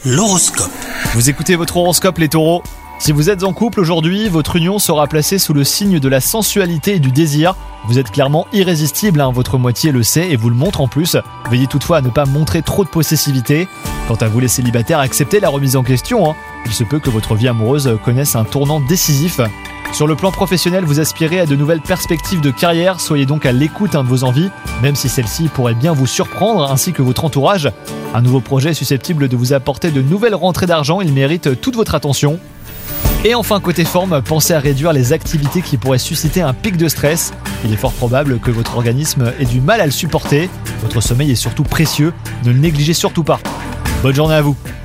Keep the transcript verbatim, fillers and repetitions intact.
L'horoscope. Vous écoutez votre horoscope les taureaux. Si vous êtes en couple aujourd'hui, votre union sera placée sous le signe de la sensualité et du désir. Vous êtes clairement irrésistible, hein, votre moitié le sait et vous le montre en plus. Veillez toutefois à ne pas montrer trop de possessivité. Quant à vous les célibataires, acceptez la remise en question. Hein. Il se peut que votre vie amoureuse connaisse un tournant décisif. Sur le plan professionnel, vous aspirez à de nouvelles perspectives de carrière, soyez donc à l'écoute hein, de vos envies, même si celles-ci pourraient bien vous surprendre, ainsi que votre entourage. Un nouveau projet est susceptible de vous apporter de nouvelles rentrées d'argent, il mérite toute votre attention. Et enfin, côté forme, pensez à réduire les activités qui pourraient susciter un pic de stress. Il est fort probable que votre organisme ait du mal à le supporter. Votre sommeil est surtout précieux, ne le négligez surtout pas. Bonne journée à vous.